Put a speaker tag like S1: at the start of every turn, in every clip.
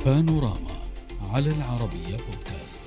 S1: بانوراما على العربية بودكاست.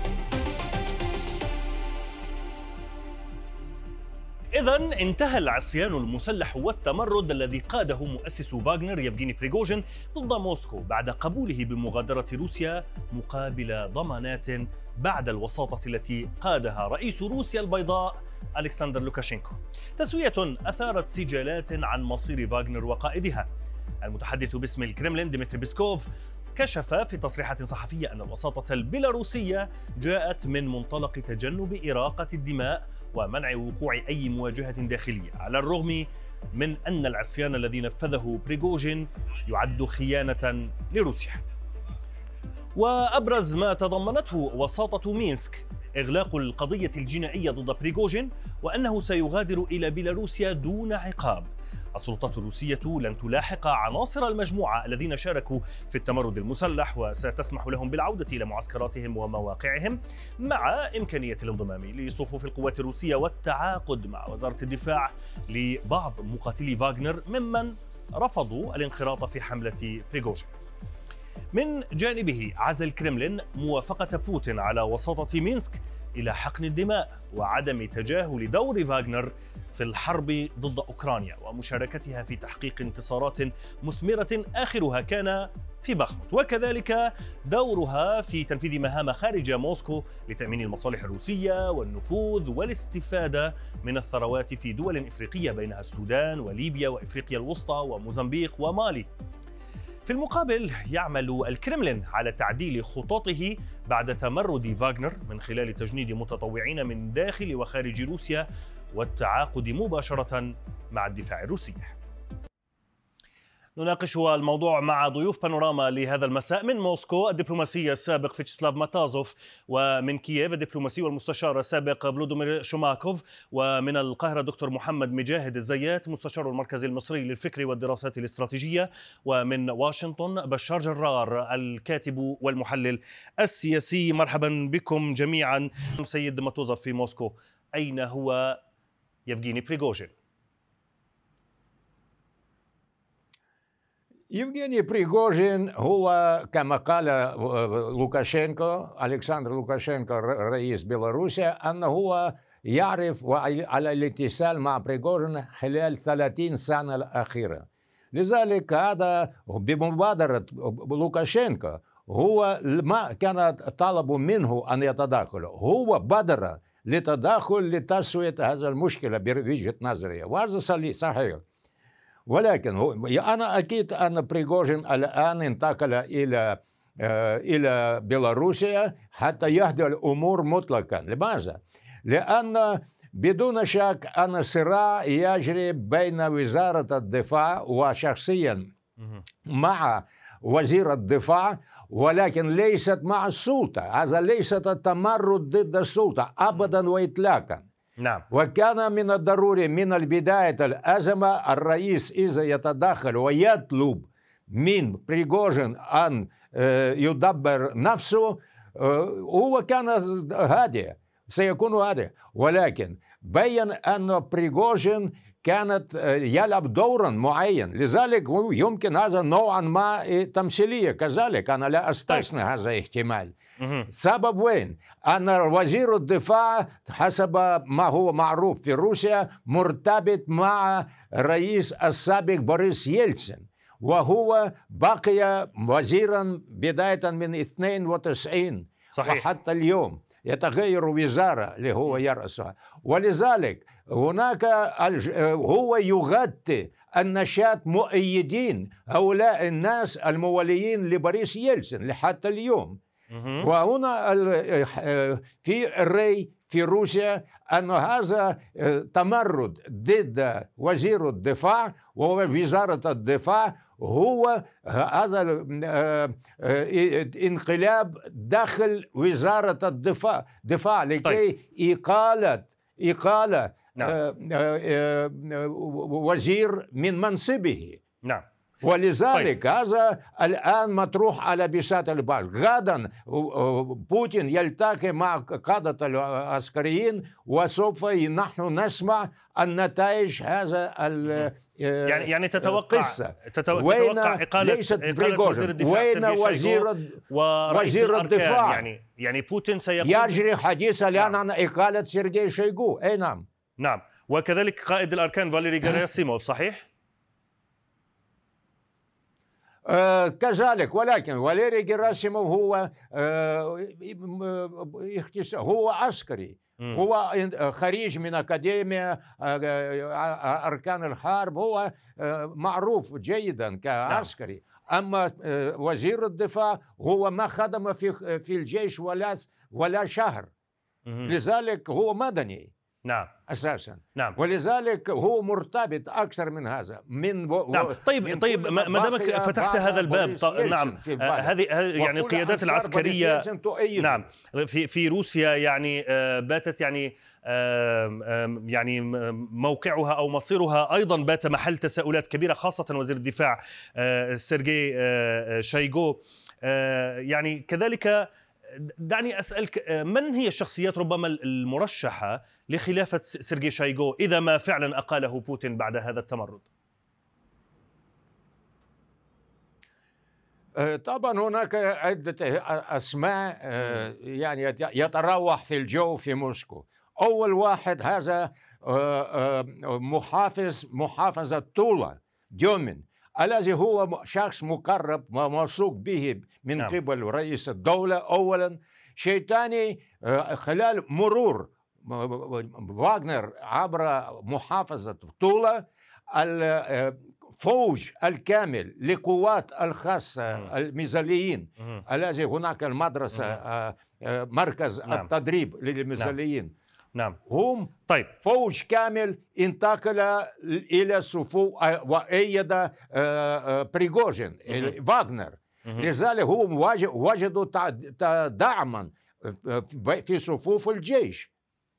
S2: إذن انتهى العصيان المسلح والتمرد الذي قاده مؤسس فاغنر يفغيني بريغوجين ضد موسكو بعد قبوله بمغادرة روسيا مقابل ضمانات بعد الوساطة التي قادها رئيس روسيا البيضاء ألكسندر لوكاشينكو. تسوية أثارت سجالات عن مصير فاغنر وقائدها. المتحدث باسم الكرملين ديمتري بيسكوف كشف في تصريحات صحفية أن الوساطة البيلاروسية جاءت من منطلق تجنب إراقة الدماء ومنع وقوع أي مواجهة داخلية، على الرغم من أن العصيان الذي نفذه بريغوجين يعد خيانة لروسيا. وأبرز ما تضمنته وساطة مينسك إغلاق القضية الجنائية ضد بريغوجين وأنه سيغادر إلى بيلاروسيا دون عقاب. السلطات الروسية لن تلاحق عناصر المجموعة الذين شاركوا في التمرد المسلح وستسمح لهم بالعودة إلى معسكراتهم ومواقعهم مع إمكانية الانضمام لصفوف القوات الروسية والتعاقد مع وزارة الدفاع لبعض مقاتلي فاغنر ممن رفضوا الانخراط في حملة بريغوجين. من جانبه عزا الكرملين موافقة بوتين على وساطة مينسك إلى حقن الدماء وعدم تجاهل دور فاغنر في الحرب ضد أوكرانيا ومشاركتها في تحقيق انتصارات مثمرة آخرها كان في بخموت، وكذلك دورها في تنفيذ مهام خارج موسكو لتأمين المصالح الروسية والنفوذ والاستفادة من الثروات في دول إفريقية بينها السودان وليبيا وإفريقيا الوسطى وموزمبيق ومالي. في المقابل يعمل الكرملين على تعديل خططه بعد تمرد فاغنر من خلال تجنيد متطوعين من داخل وخارج روسيا والتعاقد مباشرة مع الدفاع الروسي. نناقش الموضوع مع ضيوف بانوراما لهذا المساء. من موسكو الدبلوماسي السابق فيتشسلاف ماتازوف، ومن كييف الدبلوماسي والمستشار السابق فلودومير شوماكوف، ومن القاهرة دكتور محمد مجاهد الزيات مستشار المركز المصري للفكر والدراسات الاستراتيجية، ومن واشنطن بشار جرار الكاتب والمحلل السياسي. مرحبا بكم جميعا. سيد ماتوزوف في موسكو، أين هو يفغيني بريغوجين؟
S3: يفغيني بريغوجين هو كما قال لوكاشينكو ألكسندر لوكاشينكو رئيس بيلاروسيا أنه هو يعرف على الاتصال مع بريغوجين خلال 30 سنة الأخيرة. لذلك هذا بمبادرة لوكاشينكو، هو ما كان طلب منه أن يتدخل، هو بادر لتدخل لتسوية هذا المشكلة بوجهة نظري، وهذا صحيح. ولكن أنا أكيد أن بريغوجين الآن انتقل إلى بيلاروسيا حتى يهدئ الأمور مطلقا. لماذا؟ لأن بدون شك أن الصراع يجري بين وزارة الدفاع وشخصيا مع وزير الدفاع، ولكن ليست مع السلطة. هذا ليست التمرد ضد السلطة أبدا وإطلاقا.
S2: نعم.
S3: وكان من الضروري من البداية الأزمة الرئيس إذا يتدخل ويطلب من بريغوجين أن يدبر نفسه، هو كان هادئ، سيكون هادئ. ولكن بين أن بريغوجين كانت يلعب دورا معين، لذلك يمكن هذا نوعا ما تمثيلية كذلك. أنا لا أستثني هذا الاحتمال. سبب وين؟ أن وزير الدفاع حسب ما هو معروف في روسيا مرتبط مع الرئيس السابق بوريس يلتسن، وهو بقي وزيرا بداية من 92
S2: صحيح.
S3: وحتى اليوم يتغير وزارة اللي هو يرأسها. ولذلك هناك هو يغطي النشاط مؤيدين هؤلاء الناس المواليين لبوريس يلتسن لحتى اليوم. وهنا في الرأي في روسيا أن هذا تمرد ضد وزير الدفاع ووزارة الدفاع، هو هذا انقلاب داخل وزارة الدفاع لكي إقالة
S2: نعم.
S3: وزير من منصبه.
S2: نعم.
S3: ولذلك طيب. هذا الآن مطروح على بساط البحث. غدا بوتين يلتقي مع قادة العسكريين وسوف نحن نسمع النتائج هذا
S2: يعني تتوقع إقالة وزير الدفاع سيرجي شايغو ورئيس الأركان. يعني بوتين سيقوم
S3: يجري حديث الآن عن إقالة سيرجي شايغو. أي نعم.
S2: نعم، وكذلك قائد الأركان فاليري غيراسيموف، صحيح؟
S3: كذلك، ولكن فاليري غيراسيموف هو عسكري، هو خريج من أكاديمية أركان الحرب، هو معروف جيدا كعسكري. أما وزير الدفاع هو ما خدم في الجيش ولا شهر، لذلك هو مدني.
S2: نعم
S3: أساسا.
S2: نعم.
S3: ولذلك هو مرتبط أكثر من هذا
S2: نعم. طيب ما دامك فتحت هذا الباب، نعم، هذه يعني القيادات العسكرية نعم في روسيا يعني باتت يعني موقعها أو مصيرها أيضا بات محل تساؤلات كبيرة، خاصة وزير الدفاع سيرجي شايغو. يعني كذلك دعني أسألك، من هي الشخصيات ربما المرشحة لخلافة سيرجي شايغو إذا ما فعلا أقاله بوتين بعد هذا التمرد؟
S3: طبعا هناك عدة أسماء يعني يتراوح في الجو في موسكو. أول واحد هذا محافظة تولا ديومين، الذي هو شخص مقرب وموثوق به من قبل رئيس الدولة أولا. شيء ثاني، خلال مرور واغنر عبر محافظة تولا، الفوج الكامل لقوات الخاصة الميزاليين، الذي هناك المدرسة مركز التدريب للميزاليين،
S2: نعم.
S3: هم
S2: طيب
S3: فوج كامل انتقل إلى صفوف وأيد بريغوجين واغنر. لذلك هم وجدوا دعما في صفوف الجيش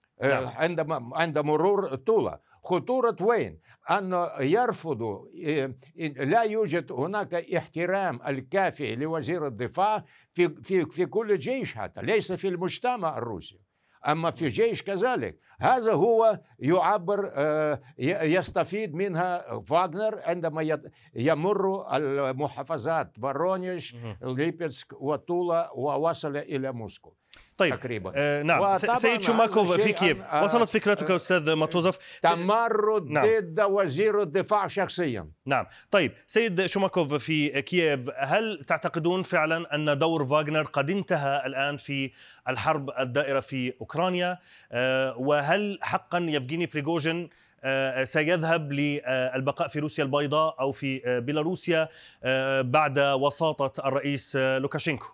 S3: عند مرور تولا. خطورة وين؟ أن يرفضوا، لا يوجد هناك احترام الكافي لوزير الدفاع في كل جيش، حتى ليس في المجتمع الروسي، أما في جيش كذلك. هذا هو يعبر يستفيد منها فاغنر عندما يمر المحافظات فورونيج ليبيسك وتولا ووصل إلى موسكو.
S2: طيب
S3: تقريبا.
S2: نعم. سيد شوماكوف في كييف، وصلت فكرتك أستاذ ماتوزوف.
S3: تمرد ضد وزير الدفاع شخصيا.
S2: نعم. طيب سيد شوماكوف في كييف، هل تعتقدون فعلا أن دور فاغنر قد انتهى الآن في الحرب الدائرة في أوكرانيا؟ وهل حقا يفغيني بريغوجين سيذهب للبقاء في روسيا البيضاء أو في بيلاروسيا بعد وساطة الرئيس لوكاشينكو؟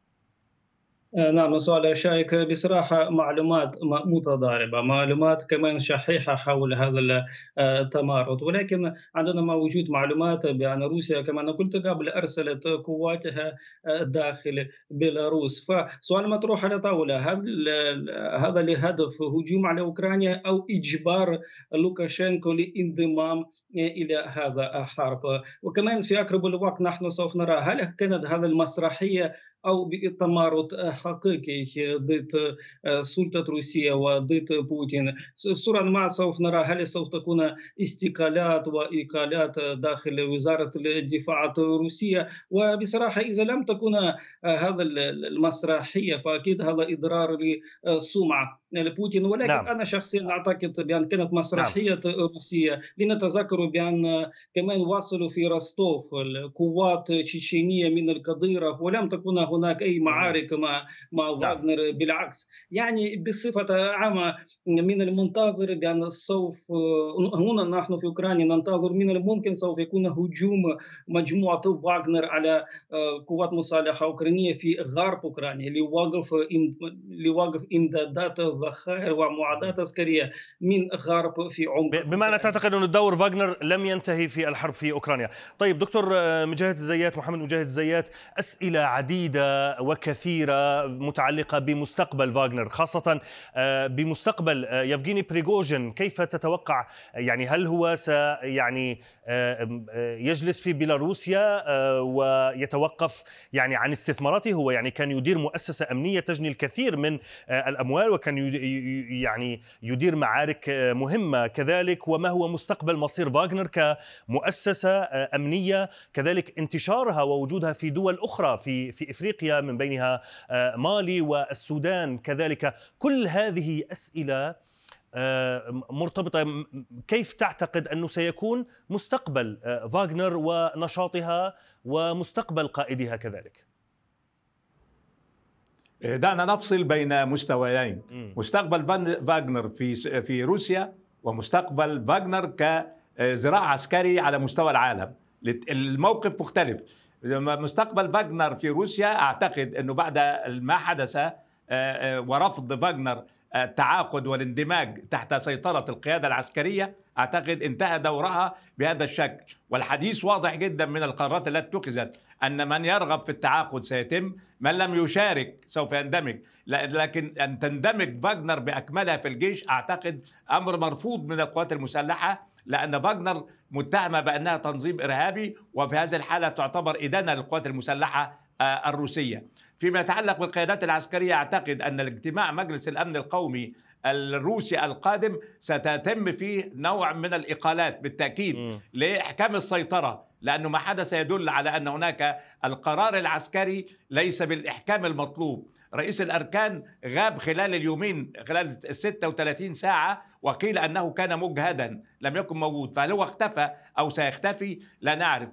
S4: نعم، سؤال شائك بصراحة. معلومات متضاربة، معلومات كمان شحيحة حول هذا التمارد، ولكن عندنا موجود معلومات بأن روسيا كما قلت قبل أرسلت قواتها داخل بيلاروس. فسؤال مطروح على طاولة، هذا لهدف هجوم على أوكرانيا أو إجبار لوكاشينكو للانضمام إلى هذا الحرب؟ وكمان في أقرب الوقت نحن سوف نرى هل كانت هذه المسرحية أو بالتمارد حقيقي ضد سلطة روسيا وضد بوتين. صورة ما سوف نرى هل سوف تكون استقالات وإقالات داخل وزارة الدفاع الروسية. وبصراحة إذا لم تكن هذا المسرحية فأكيد هذا إضرار للسمعة لبوتين. ولكن نعم. أنا شخصيا أعتقد بأن كانت مسرحية نعم. روسية. لنتذكر بأن كمان وصلوا في روستوف القوات التشيشينية من القديرة، ولم تكن هناك أي معارك مع فاغنر. بالعكس، يعني بصفة عامة من المنتظر بأن سوف هنا نحن في أوكرانيا ننتظر من الممكن سوف يكون هجوم مجموعة فاغنر على قوات مسلحة أوكرانية في غرب أوكرانيا لوقف إمدادات ذخائر ومعدات عسكرية من الغرب في عمق.
S2: بمعنى تعتقد أن دور فاغنر لم ينتهي في الحرب في أوكرانيا. طيب دكتور مجاهد الزيات، محمد مجاهد الزيات، أسئلة عديدة وكثيرة متعلقة بمستقبل فاغنر، خاصة بمستقبل يفغيني بريغوجين. كيف تتوقع، يعني هل هو يعني يجلس في بيلاروسيا ويتوقف يعني عن استثماراته؟ هو يعني كان يدير مؤسسة أمنية تجني الكثير من الأموال، وكان يعني يدير معارك مهمة كذلك. وما هو مستقبل مصير فاغنر كمؤسسة أمنية، كذلك انتشارها ووجودها في دول أخرى في إفريقيا، من بينها مالي والسودان كذلك؟ كل هذه أسئلة مرتبطة. كيف تعتقد أنه سيكون مستقبل فاغنر ونشاطها ومستقبل قائدها كذلك؟
S5: دعنا نفصل بين مستويين، مستقبل فاغنر في روسيا ومستقبل فاغنر كذراع عسكري على مستوى العالم. الموقف مختلف. مستقبل فاغنر في روسيا أعتقد أنه بعد ما حدث ورفض فاغنر التعاقد والاندماج تحت سيطرة القيادة العسكرية، أعتقد انتهى دورها بهذا الشكل. والحديث واضح جدا من القرارات التي اتخذت أن من يرغب في التعاقد سيتم، من لم يشارك سوف يندمج. لكن أن تندمج فاغنر بأكملها في الجيش أعتقد أمر مرفوض من القوات المسلحة، لأن فاغنر متهمة بأنها تنظيم إرهابي، وفي هذه الحالة تعتبر إدانة للقوات المسلحة الروسية. فيما يتعلق بالقيادات العسكرية، أعتقد أن الاجتماع مجلس الأمن القومي الروسي القادم ستتم فيه نوع من الإقالات بالتأكيد لإحكام السيطرة، لأنه ما حدث يدل على أن هناك القرار العسكري ليس بالإحكام المطلوب. رئيس الأركان غاب خلال اليومين، خلال 36 ساعة، وقيل أنه كان مجهدا لم يكن موجود، فهل هو اختفى أو سيختفي لا نعرف.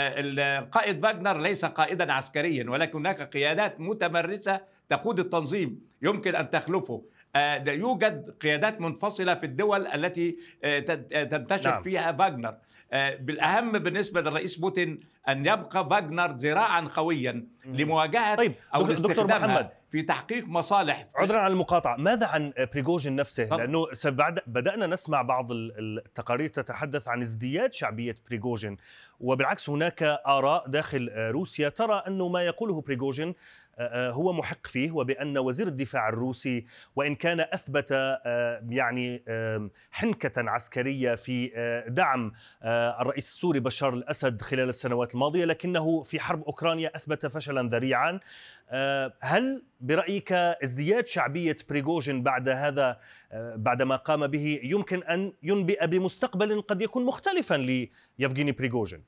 S5: قائد فاغنر ليس قائدا عسكريا، ولكن هناك قيادات متمرسة تقود التنظيم يمكن أن تخلفه. يوجد قيادات منفصلة في الدول التي تنتشر فيها فاغنر. بالأهم بالنسبة للرئيس بوتين أن يبقى فاغنر ذراعا قويا لمواجهة أو لاستخدامها في تحقيق مصالح.
S2: عذرا عن المقاطعة، ماذا عن بريغوجين نفسه؟ لأنه بدأنا نسمع بعض التقارير تتحدث عن ازدياد شعبية بريغوجين، وبالعكس هناك آراء داخل روسيا ترى أنه ما يقوله بريغوجين هو محق فيه، وبأن وزير الدفاع الروسي وإن كان أثبت يعني حنكة عسكرية في دعم الرئيس السوري بشار الأسد خلال السنوات الماضية، لكنه في حرب أوكرانيا أثبت فشلا ذريعا. هل برأيك ازدياد شعبية بريغوجين بعد هذا، بعد ما قام به، يمكن أن ينبئ بمستقبل قد يكون مختلفا ليفغيني بريغوجين؟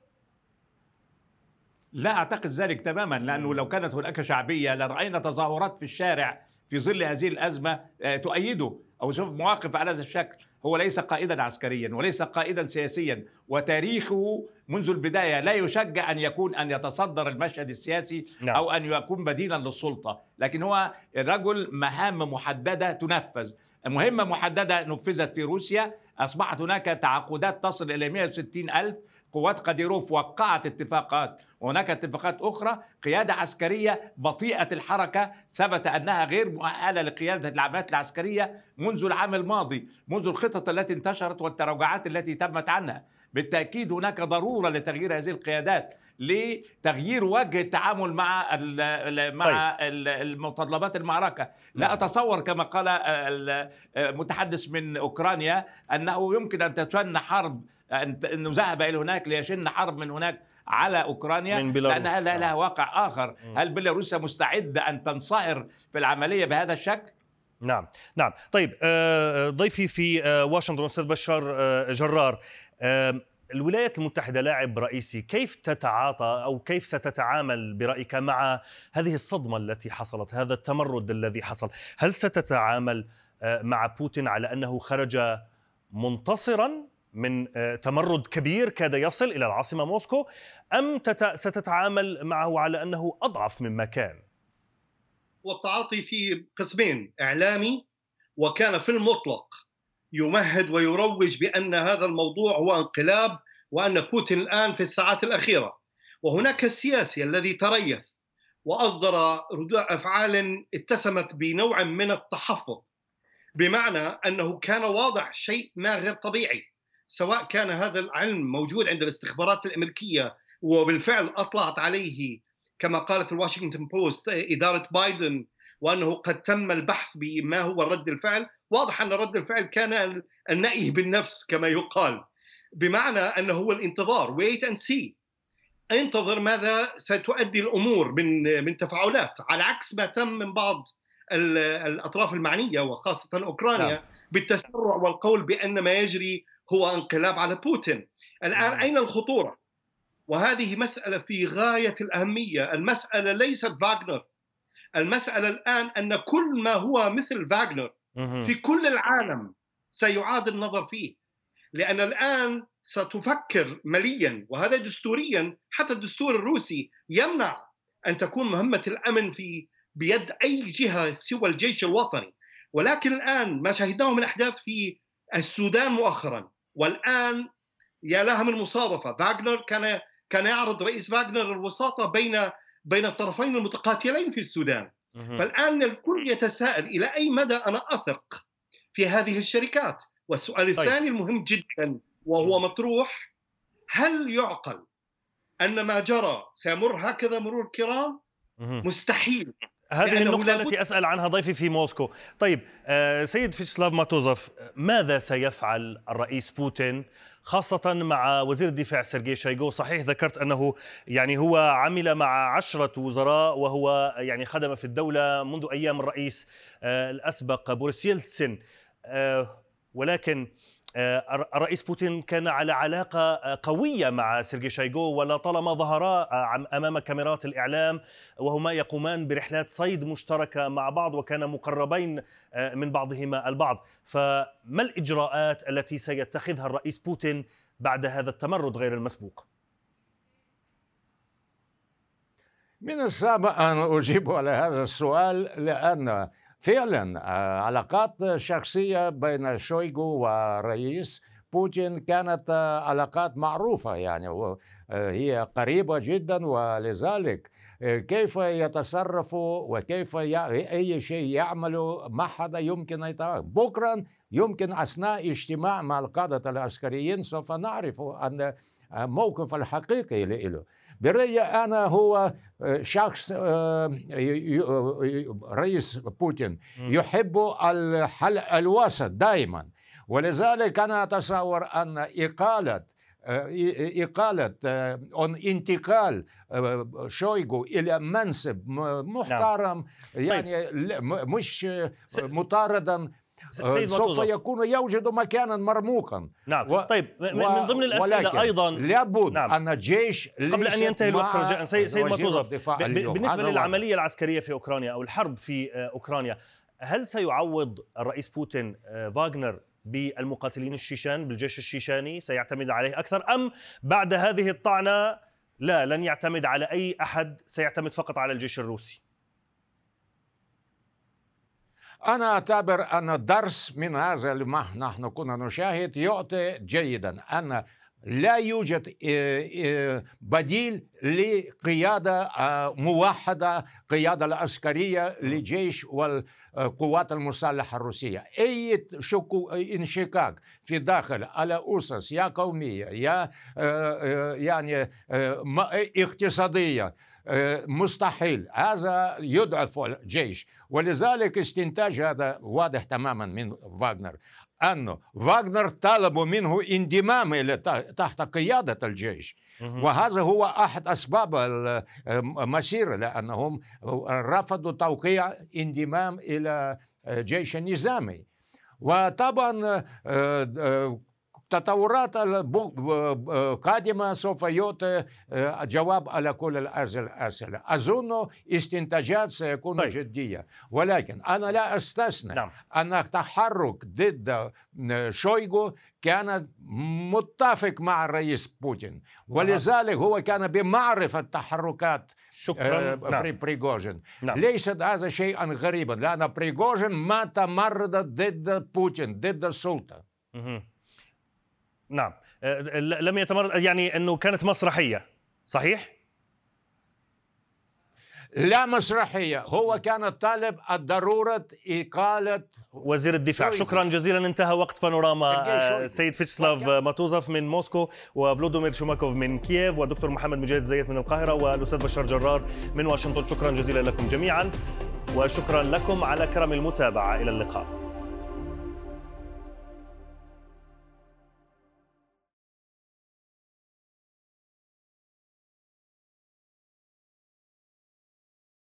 S5: لا أعتقد ذلك تماما، لأنه لو كانت هناك شعبية لرأينا تظاهرات في الشارع في ظل هذه الأزمة تؤيده أو شوف مواقف على هذا الشكل. هو ليس قائدا عسكريا وليس قائدا سياسيا، وتاريخه منذ البداية لا يشجع أن يكون أن يتصدر المشهد السياسي أو أن يكون بديلا للسلطة، لكن هو رجل مهام محددة تنفذ. مهمة محددة نفذت في روسيا، أصبحت هناك تعاقدات تصل إلى 160,000. قوات قاديروف وقعت اتفاقات، وهناك اتفاقات أخرى. قيادة عسكرية بطيئة الحركة ثبت أنها غير مؤهلة لقيادة العمليات العسكرية منذ العام الماضي، منذ الخطط التي انتشرت والتراجعات التي تمت عنها. بالتأكيد هناك ضرورة لتغيير هذه القيادات، لتغيير وجه التعامل مع المتطلبات المعركة. لا أتصور كما قال المتحدث من أوكرانيا أنه يمكن أن تشن حرب، أنه ذهب إلى هناك ليشن حرب من هناك على أوكرانيا، لأنها لها واقع آخر. هل بيلاروسيا مستعدة أن تنصهر في العملية بهذا الشكل؟
S2: نعم. طيب ضيفي في واشنطن أستاذ بشار جرار، الولايات المتحدة لاعب رئيسي، كيف تتعاطى أو كيف ستتعامل برأيك مع هذه الصدمة التي حصلت، هذا التمرد الذي حصل؟ هل ستتعامل مع بوتين على أنه خرج منتصرا من تمرد كبير كاد يصل إلى العاصمة موسكو، أم ستتعامل معه على أنه أضعف مما كان؟
S6: والتعاطي في قسمين، إعلامي، وكان في المطلق يمهد ويروج بأن هذا الموضوع هو انقلاب وأن بوتين الآن في الساعات الأخيرة، وهناك السياسي الذي تريث وأصدر ردود أفعال اتسمت بنوع من التحفظ بمعنى أنه كان واضح شيء ما غير طبيعي، سواء كان هذا العلم موجود عند الاستخبارات الأمريكية وبالفعل أطلعت عليه كما قالت الواشنطن بوست إدارة بايدن، وأنه قد تم البحث بما هو رد الفعل. واضح أن رد الفعل كان النأي بالنفس كما يقال، بمعنى أنه هو الانتظار، wait and see، انتظر ماذا ستؤدي الأمور من تفاعلات، على عكس ما تم من بعض الأطراف المعنية وخاصة أوكرانيا بالتسرع والقول بأن ما يجري هو انقلاب على بوتين. الآن أين الخطورة؟ وهذه مسألة في غاية الأهمية. المسألة ليست فاغنر، المسألة الآن أن كل ما هو مثل فاغنر في كل العالم سيعاد النظر فيه، لأن الآن ستفكر مليا، وهذا دستوريا، حتى الدستور الروسي يمنع أن تكون مهمة الأمن بيد أي جهة سوى الجيش الوطني. ولكن الآن ما شاهدناه من أحداث في السودان مؤخرا، والآن يا لها من مصادفة، فاغنر كان يعرض رئيس فاغنر الوساطة بين الطرفين المتقاتلين في السودان. فالآن الكل يتساءل إلى أي مدى أنا أثق في هذه الشركات. والسؤال الثاني المهم جدا وهو مطروح: هل يعقل أن ما جرى سيمر هكذا مرور الكرام؟ مستحيل.
S2: هذه النقطة التي أسأل عنها ضيفي في موسكو. طيب سيد فيتشسلاف ماتوزوف، ماذا سيفعل الرئيس بوتين خاصة مع وزير الدفاع سيرجي شويغو؟ صحيح ذكرت أنه يعني هو عمل مع 10 وزراء، وهو يعني خدم في الدولة منذ أيام الرئيس الأسبق بوريس يلتسن، ولكن الرئيس بوتين كان على علاقة قوية مع سيرجي شويغو، ولا طالما ظهرا أمام كاميرات الإعلام وهما يقومان برحلات صيد مشتركة مع بعض، وكان مقربين من بعضهما البعض. فما الإجراءات التي سيتخذها الرئيس بوتين بعد هذا التمرد غير المسبوق؟
S3: من الصعب أن أجيب على هذا السؤال، لأن فعلا علاقات شخصية بين شويغو ورئيس بوتين كانت علاقات معروفة، يعني هي قريبة جدا، ولذلك كيف يتصرفوا وكيف أي شيء يعملوا ما حدا يمكن يتعرف. بكرا يمكن أثناء اجتماع مع القادة العسكريين سوف نعرف أن الموقف الحقيقي له. برأيي أنا هو شخص رئيس بوتين يحب الحل الوسط دائما، ولذلك أنا أتصور أن إقالة انتقال شويغو إلى منصب محترم يعني مش مطاردا سوف يكون يوجد مكانا مرموقا.
S2: نعم. طيب من ضمن الأسئلة أيضا
S3: لابد أن الجيش
S2: قبل أن ينتهي الوقت رجاء سيد ماتوزوف، بالنسبة للعملية العسكرية في أوكرانيا أو الحرب في أوكرانيا، هل سيعوض الرئيس بوتين فاغنر بالمقاتلين الشيشان، بالجيش الشيشاني؟ سيعتمد عليه أكثر، أم بعد هذه الطعنة لا لن يعتمد على أي أحد، سيعتمد فقط على الجيش الروسي؟
S3: أنا أعتبر أن الدرس من هذا اللي نحن كنا نشاهد يعطي جيدا أن لا يوجد بديل لقيادة موحدة، قيادة العسكرية لجيش والقوات المسلحة الروسية. أي انشقاق في داخل على أسس يا قومية يا يعني اقتصادية مستحيل، هذا يضعف الجيش. ولذلك استنتاج هذا واضح تماما من فاغنر، أنه فاغنر طلبوا منه انضمام إلى تحت قيادة الجيش، وهذا هو أحد أسباب المسيرة، لأنهم رفضوا توقيع انضمام إلى جيش نظامي. وطبعا التطورات القادمة سوف يعطي جواب على كل الأسئلة. أظن استنتاجات سيكون جدية، ولكن أنا لا أستثني أن التحرك ضد شويغو كان متفق مع الرئيس بوتين، ولذلك هو كان بمعرفة تحركات بريغوجين. ليس هذا شيئا غريبا، لأن بريغوجين ما تمرد ضد بوتين، ضد السلطة.
S2: نعم، لم يتمرد، يعني أنه كانت مسرحية، صحيح؟
S3: لا مسرحية، هو كان طالب ضرورة إقالة
S2: وزير الدفاع. شكرا جزيلا. انتهى وقت بانوراما. سيد فيتشسلاف ماتوزف من موسكو، وفلودومير شوماكوف من كييف، ودكتور محمد مجاهد زيت من القاهرة، والأستاذ بشار جرار من واشنطن. شكرا جزيلا لكم جميعا، وشكرا لكم على كرم المتابعة. إلى اللقاء.